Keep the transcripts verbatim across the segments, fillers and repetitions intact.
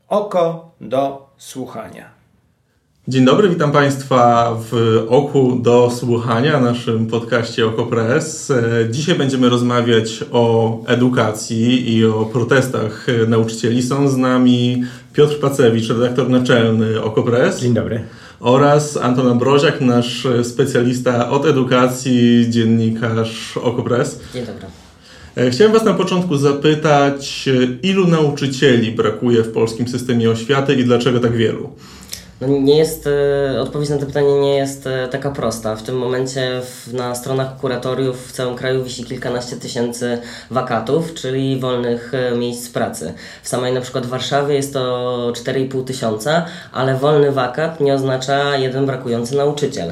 Oko do słuchania. Dzień dobry, witam Państwa w Oku do Słuchania, naszym podcaście OkoPress. Dzisiaj będziemy rozmawiać o edukacji i o protestach nauczycieli. Są z nami Piotr Pacewicz, redaktor naczelny OkoPress. Dzień dobry. Oraz Anton Ambroziak, nasz specjalista od edukacji, dziennikarz OkoPress. Dzień dobry. Chciałem Was na początku zapytać, ilu nauczycieli brakuje w polskim systemie oświaty i dlaczego tak wielu? No nie jest, odpowiedź na to pytanie nie jest taka prosta. W tym momencie w, na stronach kuratoriów w całym kraju wisi kilkanaście tysięcy wakatów, czyli wolnych miejsc pracy. W samej na przykład Warszawie jest to cztery i pół tysiąca, ale wolny wakat nie oznacza jeden brakujący nauczyciel,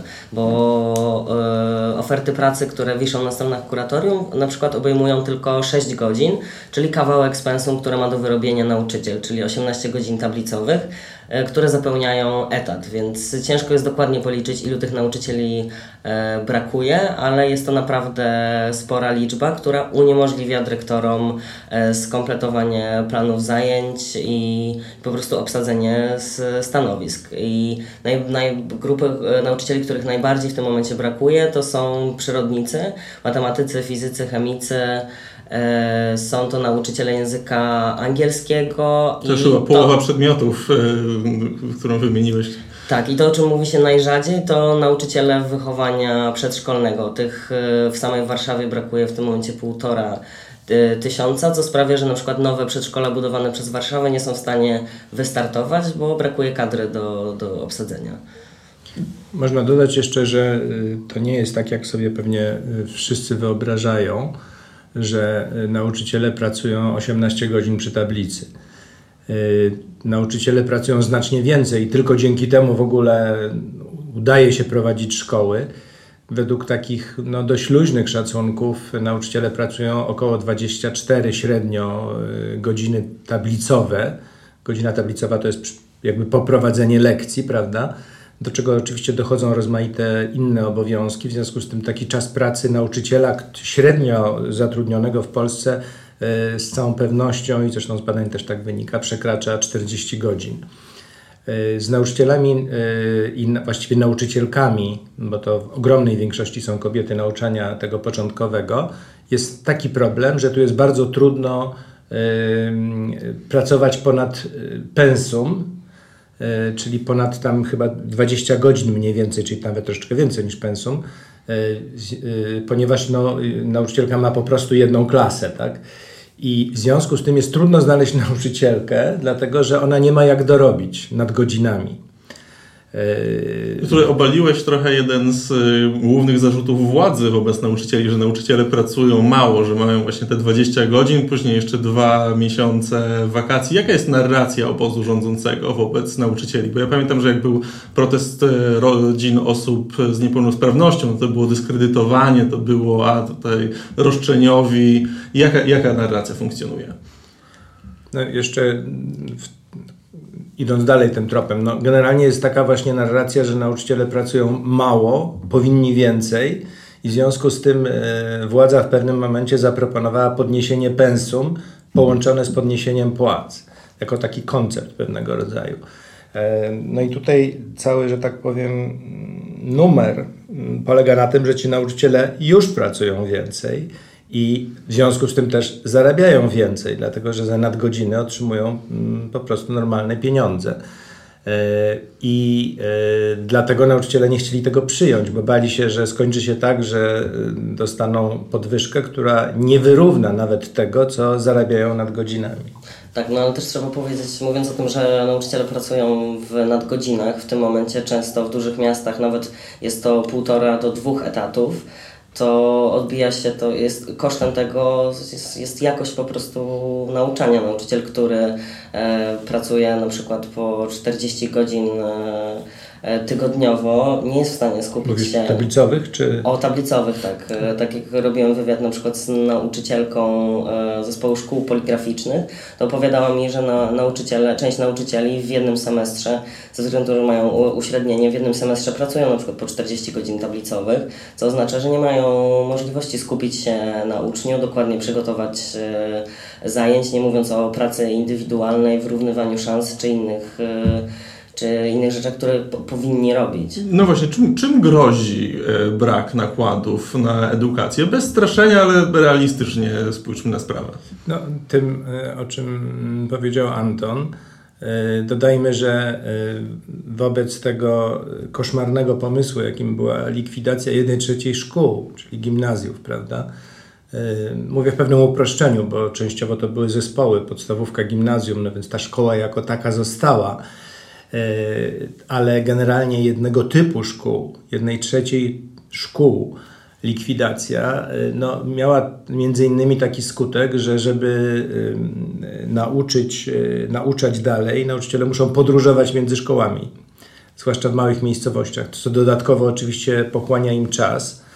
bo y, oferty pracy, które wiszą na stronach kuratorium, na przykład obejmują tylko sześć godzin, czyli kawałek z pensum, które ma do wyrobienia nauczyciel, czyli osiemnaście godzin tablicowych, które zapełniają etat, więc ciężko jest dokładnie policzyć, ilu tych nauczycieli e, brakuje, ale jest to naprawdę spora liczba, która uniemożliwia dyrektorom e, skompletowanie planów zajęć i po prostu obsadzenie z stanowisk. I naj, naj, grupy e, nauczycieli, których najbardziej w tym momencie brakuje, to są przyrodnicy, matematycy, fizycy, chemicy. E, są to nauczyciele języka angielskiego. To już chyba połowa przedmiotów, e, którą wymieniłeś. Tak, i to, o czym mówi się najrzadziej, to nauczyciele wychowania przedszkolnego. Tych e, w samej Warszawie brakuje w tym momencie półtora e, tysiąca, co sprawia, że na przykład nowe przedszkola budowane przez Warszawę nie są w stanie wystartować, bo brakuje kadry do, do obsadzenia. Można dodać jeszcze, że to nie jest tak, jak sobie pewnie wszyscy wyobrażają, że nauczyciele pracują osiemnaście godzin przy tablicy. Yy, nauczyciele pracują znacznie więcej i tylko dzięki temu w ogóle udaje się prowadzić szkoły. Według takich no, dość luźnych szacunków nauczyciele pracują około dwadzieścia cztery średnio yy, godziny tablicowe. Godzina tablicowa to jest jakby poprowadzenie lekcji, prawda? Do czego oczywiście dochodzą rozmaite inne obowiązki. W związku z tym taki czas pracy nauczyciela średnio zatrudnionego w Polsce y, z całą pewnością, i zresztą z badań też tak wynika, przekracza czterdzieści godzin. Y, z nauczycielami y, i na, właściwie nauczycielkami, bo to w ogromnej większości są kobiety nauczania tego początkowego, jest taki problem, że tu jest bardzo trudno y, pracować ponad pensum, czyli ponad tam chyba dwadzieścia godzin mniej więcej, czyli nawet troszeczkę więcej niż pensum, ponieważ no, nauczycielka ma po prostu jedną klasę, tak? I w związku z tym jest trudno znaleźć nauczycielkę, dlatego że ona nie ma jak dorobić nad godzinami. Tutaj obaliłeś trochę jeden z głównych zarzutów władzy wobec nauczycieli, że nauczyciele pracują mało, że mają właśnie te dwadzieścia godzin, później jeszcze dwa miesiące wakacji. Jaka jest narracja obozu rządzącego wobec nauczycieli? Bo ja pamiętam, że jak był protest rodzin osób z niepełnosprawnością, to było dyskredytowanie, to było a tutaj roszczeniowi. Jaka, jaka narracja funkcjonuje? No jeszcze w Idąc dalej tym tropem, no generalnie jest taka właśnie narracja, że nauczyciele pracują mało, powinni więcej i w związku z tym e, władza w pewnym momencie zaproponowała podniesienie pensum połączone z podniesieniem płac, jako taki koncept pewnego rodzaju. E, no i tutaj cały, że tak powiem, numer polega na tym, że ci nauczyciele już pracują więcej i w związku z tym też zarabiają więcej, dlatego że za nadgodziny otrzymują mm, po prostu normalne pieniądze. Yy, I yy, dlatego nauczyciele nie chcieli tego przyjąć, bo bali się, że skończy się tak, że yy, dostaną podwyżkę, która nie wyrówna nawet tego, co zarabiają nadgodzinami. Tak, no ale też trzeba powiedzieć, mówiąc o tym, że nauczyciele pracują w nadgodzinach, w tym momencie często w dużych miastach nawet jest to półtora do dwóch etatów, to odbija się, to jest kosztem tego, jest, jest jakość po prostu nauczania. Nauczyciel, który e, pracuje na przykład po czterdzieści godzin e, tygodniowo nie jest w stanie skupić Mówisz się... tablicowych czy... O tablicowych, tak. Tak jak robiłem wywiad na przykład z nauczycielką zespołu szkół poligraficznych, to opowiadała mi, że na, nauczyciele, część nauczycieli w jednym semestrze, ze względu na to, że mają uśrednienie, w jednym semestrze pracują na przykład po czterdzieści godzin tablicowych, co oznacza, że nie mają możliwości skupić się na uczniu, dokładnie przygotować zajęć, nie mówiąc o pracy indywidualnej, wyrównywaniu szans czy innych czy innych rzeczach, które po, powinni robić. No właśnie, czym, czym grozi brak nakładów na edukację? Bez straszenia, ale realistycznie spójrzmy na sprawę. No, tym, o czym powiedział Anton, dodajmy, że wobec tego koszmarnego pomysłu, jakim była likwidacja jednej trzeciej szkół, czyli gimnazjów, prawda? Mówię w pewnym uproszczeniu, bo częściowo to były zespoły, podstawówka, gimnazjum, no więc ta szkoła jako taka została, ale generalnie jednego typu szkół, jednej trzeciej szkół, likwidacja no, miała między innymi taki skutek, że żeby nauczyć, nauczać dalej, nauczyciele muszą podróżować między szkołami, zwłaszcza w małych miejscowościach, co dodatkowo oczywiście pochłania im czas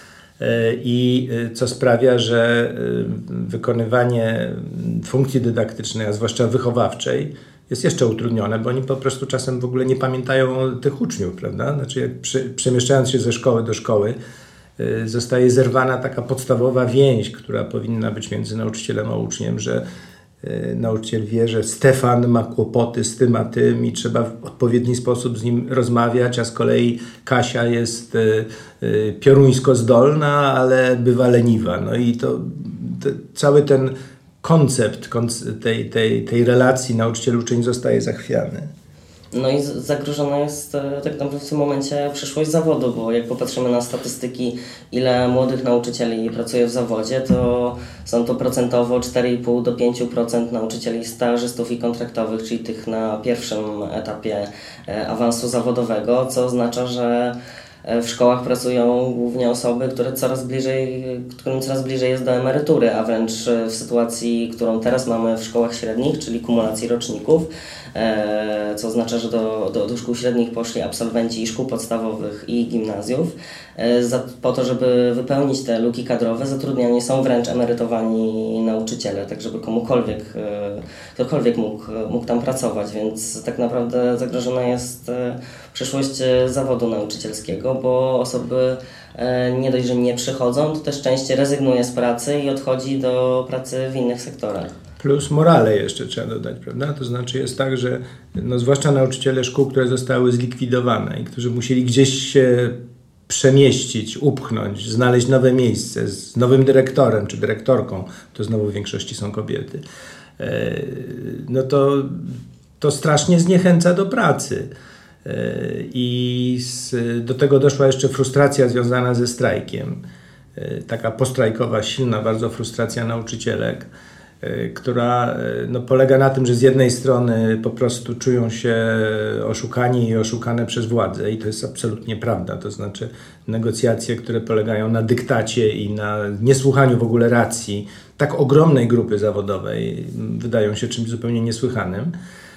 i co sprawia, że wykonywanie funkcji dydaktycznej, a zwłaszcza wychowawczej, jest jeszcze utrudnione, bo oni po prostu czasem w ogóle nie pamiętają tych uczniów, prawda? Znaczy jak przy, przemieszczając się ze szkoły do szkoły, y, zostaje zerwana taka podstawowa więź, która powinna być między nauczycielem a uczniem, że y, nauczyciel wie, że Stefan ma kłopoty z tym a tym i trzeba w odpowiedni sposób z nim rozmawiać, a z kolei Kasia jest y, y, pioruńsko zdolna, ale bywa leniwa. No i to, to cały ten koncept tej, tej, tej relacji nauczyciel-uczeń zostaje zachwiany. No i zagrożona jest tak naprawdę w tym momencie przyszłość zawodu, bo jak popatrzymy na statystyki, ile młodych nauczycieli pracuje w zawodzie, to są to procentowo cztery i pół do pięciu procent nauczycieli stażystów i kontraktowych, czyli tych na pierwszym etapie awansu zawodowego, co oznacza, że w szkołach pracują głównie osoby, które coraz bliżej, którym coraz bliżej jest do emerytury, a wręcz w sytuacji, którą teraz mamy w szkołach średnich, czyli kumulacji roczników, co oznacza, że do, do, do szkół średnich poszli absolwenci i szkół podstawowych i gimnazjów. Za, po to, żeby wypełnić te luki kadrowe, zatrudniani są wręcz emerytowani nauczyciele, tak żeby komukolwiek, ktokolwiek mógł, mógł tam pracować, więc tak naprawdę zagrożona jest przyszłość zawodu nauczycielskiego, bo osoby nie dość, że nie przychodzą, to też częściej rezygnuje z pracy i odchodzi do pracy w innych sektorach. Plus morale jeszcze trzeba dodać, prawda? To znaczy jest tak, że no, zwłaszcza nauczyciele szkół, które zostały zlikwidowane i którzy musieli gdzieś się przemieścić, upchnąć, znaleźć nowe miejsce z nowym dyrektorem czy dyrektorką, to znowu w większości są kobiety, no to, to strasznie zniechęca do pracy. I z, do tego doszła jeszcze frustracja związana ze strajkiem. Taka postrajkowa, silna bardzo frustracja nauczycielek, która no, polega na tym, że z jednej strony po prostu czują się oszukani i oszukane przez władzę i to jest absolutnie prawda, to znaczy negocjacje, które polegają na dyktacie i na niesłuchaniu w ogóle racji tak ogromnej grupy zawodowej wydają się czymś zupełnie niesłychanym,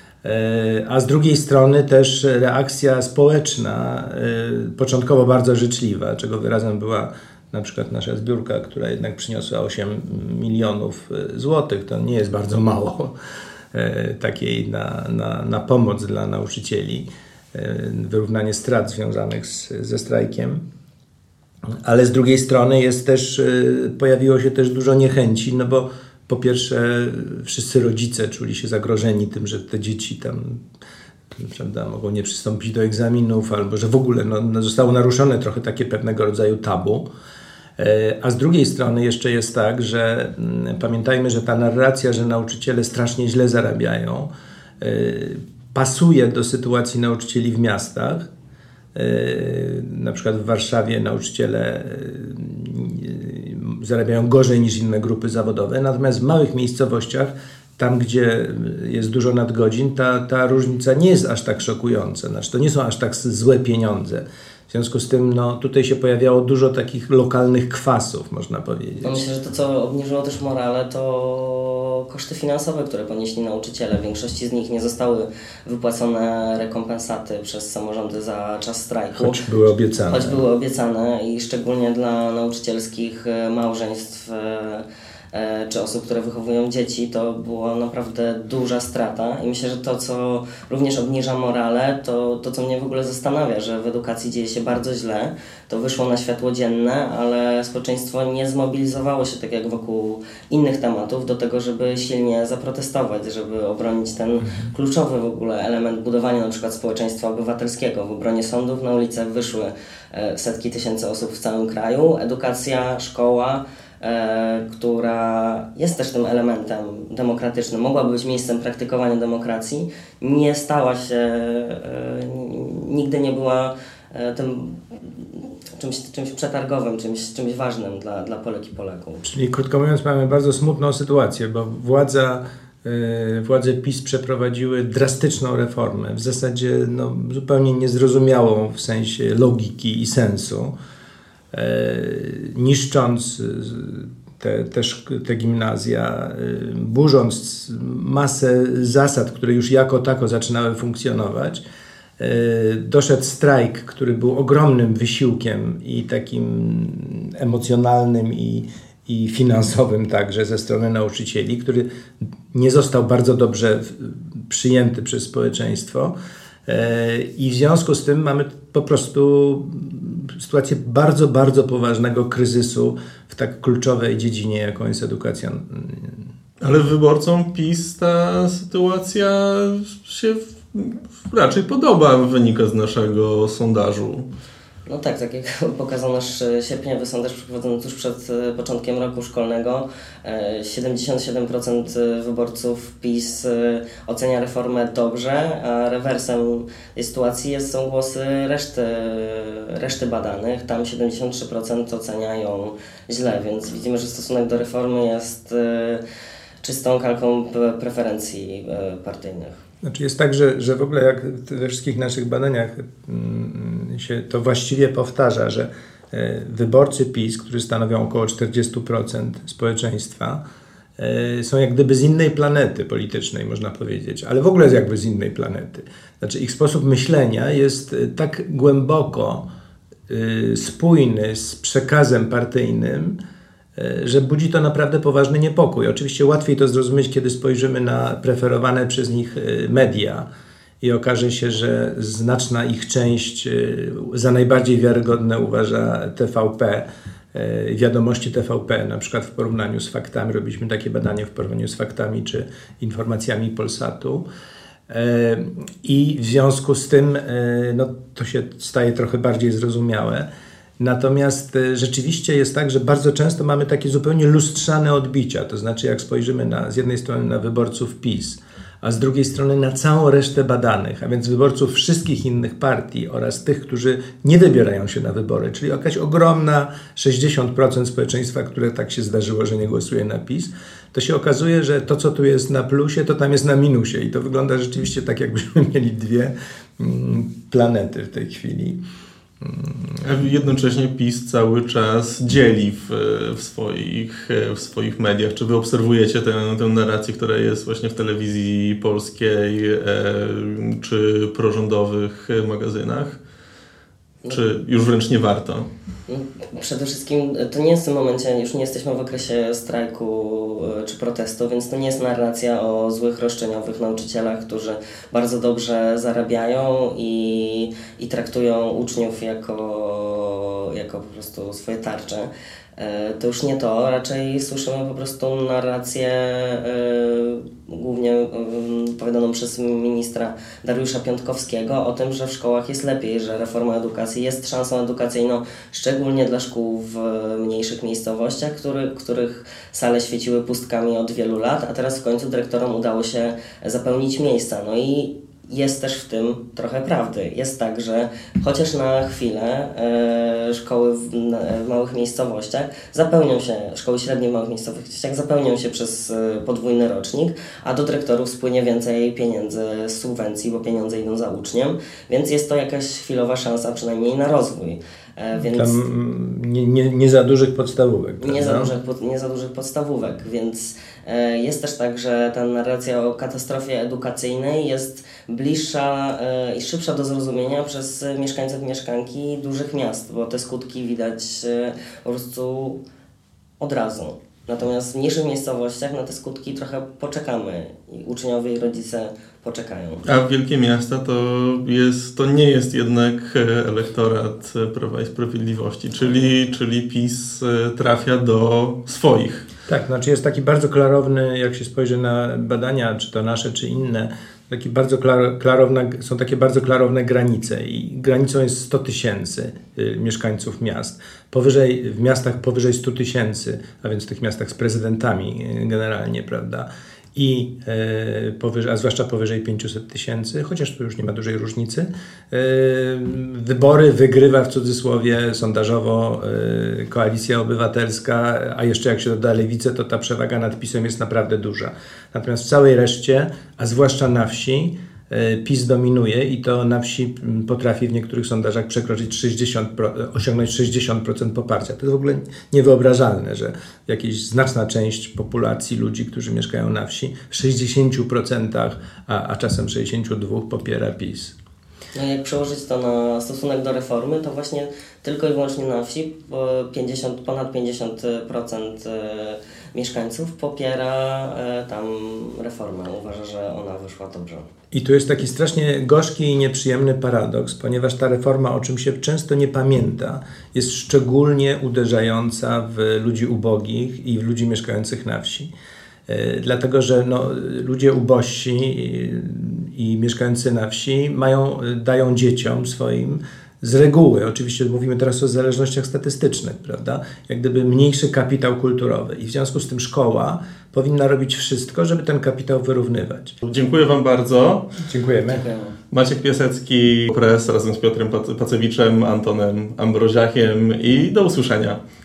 a z drugiej strony też reakcja społeczna, początkowo bardzo życzliwa, czego wyrazem była na przykład nasza zbiórka, która jednak przyniosła osiem milionów złotych, to nie jest bardzo mało takiej na, na, na pomoc dla nauczycieli, wyrównanie strat związanych z, ze strajkiem. Ale z drugiej strony jest też, pojawiło się też dużo niechęci, no bo po pierwsze wszyscy rodzice czuli się zagrożeni tym, że te dzieci tam prawda, mogą nie przystąpić do egzaminów, albo że w ogóle no, zostało naruszone trochę takie pewnego rodzaju tabu. A z drugiej strony jeszcze jest tak, że pamiętajmy, że ta narracja, że nauczyciele strasznie źle zarabiają, pasuje do sytuacji nauczycieli w miastach. Na przykład w Warszawie nauczyciele zarabiają gorzej niż inne grupy zawodowe, natomiast w małych miejscowościach, tam gdzie jest dużo nadgodzin, ta, ta różnica nie jest aż tak szokująca. Znaczy, to nie są aż tak złe pieniądze. W związku z tym no, tutaj się pojawiało dużo takich lokalnych kwasów, można powiedzieć. No myślę, że to, co obniżyło też morale, to koszty finansowe, które ponieśli nauczyciele. W większości z nich nie zostały wypłacone rekompensaty przez samorządy za czas strajku. Choć były obiecane. Choć były obiecane i szczególnie dla nauczycielskich małżeństw czy osób, które wychowują dzieci, to była naprawdę duża strata i myślę, że to, co również obniża morale, to to, co mnie w ogóle zastanawia, że w edukacji dzieje się bardzo źle, to wyszło na światło dzienne, ale społeczeństwo nie zmobilizowało się, tak jak wokół innych tematów, do tego, żeby silnie zaprotestować, żeby obronić ten kluczowy w ogóle element budowania na przykład społeczeństwa obywatelskiego. W obronie sądów na ulicach wyszły setki tysięcy osób w całym kraju. Edukacja, szkoła, E, która jest też tym elementem demokratycznym, mogłaby być miejscem praktykowania demokracji, nie stała się, e, nigdy nie była e, tym czymś, czymś przetargowym, czymś, czymś ważnym dla, dla Polek i Polaków. Czyli krótko mówiąc mamy bardzo smutną sytuację, bo władza, e, władze PiS przeprowadziły drastyczną reformę, w zasadzie no, zupełnie niezrozumiałą w sensie logiki i sensu, niszcząc te, te, te gimnazja, burząc masę zasad, które już jako tako zaczynały funkcjonować. Doszedł strajk, który był ogromnym wysiłkiem i takim emocjonalnym i, i finansowym także ze strony nauczycieli, który nie został bardzo dobrze przyjęty przez społeczeństwo. I w związku z tym mamy po prostu sytuację bardzo, bardzo poważnego kryzysu w tak kluczowej dziedzinie, jaką jest edukacja. Ale wyborcom PiS ta sytuacja się raczej podoba, wynika z naszego sondażu. No tak, tak jak pokazał nasz sierpniowy sondaż przeprowadzony tuż przed początkiem roku szkolnego, siedemdziesiąt siedem procent wyborców PiS ocenia reformę dobrze, a rewersem tej sytuacji jest, są głosy reszty, reszty badanych. Tam siedemdziesiąt trzy procent oceniają źle, więc widzimy, że stosunek do reformy jest czystą kalką preferencji partyjnych. Znaczy jest tak, że, że w ogóle jak we wszystkich naszych badaniach się to właściwie powtarza, że wyborcy PiS, którzy stanowią około czterdzieści procent społeczeństwa, są jak gdyby z innej planety politycznej, można powiedzieć, ale w ogóle jakby z innej planety. Znaczy ich sposób myślenia jest tak głęboko spójny z przekazem partyjnym, że budzi to naprawdę poważny niepokój. Oczywiście łatwiej to zrozumieć, kiedy spojrzymy na preferowane przez nich media i okaże się, że znaczna ich część za najbardziej wiarygodne uważa T V P, wiadomości T V P, na przykład w porównaniu z faktami. Robiliśmy takie badanie w porównaniu z faktami czy informacjami Polsatu. I w związku z tym no, to się staje trochę bardziej zrozumiałe. Natomiast rzeczywiście jest tak, że bardzo często mamy takie zupełnie lustrzane odbicia. To znaczy, jak spojrzymy na, z jednej strony na wyborców PiS, a z drugiej strony na całą resztę badanych, a więc wyborców wszystkich innych partii oraz tych, którzy nie wybierają się na wybory, czyli jakaś ogromna sześćdziesiąt procent społeczeństwa, które tak się zdarzyło, że nie głosuje na PiS, to się okazuje, że to, co tu jest na plusie, to tam jest na minusie. I to wygląda rzeczywiście tak, jakbyśmy mieli dwie mm, planety w tej chwili. A jednocześnie PiS cały czas dzieli w, w, swoich, w swoich mediach. Czy wy obserwujecie tę, tę narrację, która jest właśnie w telewizji polskiej e, czy prorządowych magazynach? Czy już wręcz nie warto? Przede wszystkim to nie jest w tym momencie, już nie jesteśmy w okresie strajku czy protestu, więc to nie jest narracja o złych roszczeniowych nauczycielach, którzy bardzo dobrze zarabiają i, i traktują uczniów jako, jako po prostu swoje tarcze. To już nie to, raczej słyszymy po prostu narrację yy, głównie yy, opowiadaną przez ministra Dariusza Piontkowskiego o tym, że w szkołach jest lepiej, że reforma edukacji jest szansą edukacyjną, szczególnie dla szkół w mniejszych miejscowościach, który, których sale świeciły pustkami od wielu lat, a teraz w końcu dyrektorom udało się zapełnić miejsca. No i jest też w tym trochę prawdy. Jest tak, że chociaż na chwilę e, szkoły w, na, w małych miejscowościach zapełnią się, szkoły średnie w małych miejscowościach zapełnią się przez e, podwójny rocznik, a do dyrektorów spłynie więcej pieniędzy z subwencji, bo pieniądze idą za uczniem, więc jest to jakaś chwilowa szansa przynajmniej na rozwój. E, więc Tam nie, nie, nie za dużych podstawówek. Nie za, dużych, nie za dużych podstawówek, więc e, jest też tak, że ta narracja o katastrofie edukacyjnej jest bliższa e, i szybsza do zrozumienia przez mieszkańców i mieszkanki dużych miast, bo te skutki widać e, po prostu od razu. Natomiast w mniejszych miejscowościach na te skutki trochę poczekamy i uczniowie i rodzice poczekają. A wielkie miasta to, jest, to nie jest jednak elektorat Prawa i Sprawiedliwości, czyli, czyli PiS trafia do swoich. Tak, znaczy jest taki bardzo klarowny, jak się spojrzy na badania, czy to nasze, czy inne, taki bardzo klar, klarowne, są takie bardzo klarowne granice i granicą jest sto tysięcy y, mieszkańców miast. Powyżej, w miastach powyżej stu tysięcy, a więc w tych miastach z prezydentami y, generalnie, prawda, i y, powyżej, a zwłaszcza powyżej pięciuset tysięcy, chociaż tu już nie ma dużej różnicy. Y, wybory wygrywa w cudzysłowie sondażowo y, Koalicja Obywatelska, a jeszcze jak się doda Lewicę, to ta przewaga nad PiS-em jest naprawdę duża. Natomiast w całej reszcie, a zwłaszcza na wsi, PiS dominuje i to na wsi potrafi w niektórych sondażach przekroczyć sześćdziesiąt procent, osiągnąć sześćdziesiąt procent poparcia. To jest w ogóle niewyobrażalne, że jakaś znaczna część populacji ludzi, którzy mieszkają na wsi, w sześćdziesięciu procentach, a, a czasem sześćdziesięciu dwóch procentach popiera PiS. No jak przełożyć to na stosunek do reformy, to właśnie tylko i wyłącznie na wsi pięćdziesiąt, ponad pięćdziesiąt procent mieszkańców popiera tam reformę. Uważa, że ona wyszła dobrze. I tu jest taki strasznie gorzki i nieprzyjemny paradoks, ponieważ ta reforma, o czym się często nie pamięta, jest szczególnie uderzająca w ludzi ubogich i w ludzi mieszkających na wsi. Dlatego, że no, ludzie ubożsi i, i mieszkający na wsi mają, dają dzieciom swoim z reguły, oczywiście mówimy teraz o zależnościach statystycznych, prawda, jak gdyby mniejszy kapitał kulturowy i w związku z tym szkoła powinna robić wszystko, żeby ten kapitał wyrównywać. Dziękuję Wam bardzo. Dziękujemy. Dziękujemy. Maciek Piasecki, Press razem z Piotrem Pacewiczem, Antonem Ambroziakiem i do usłyszenia.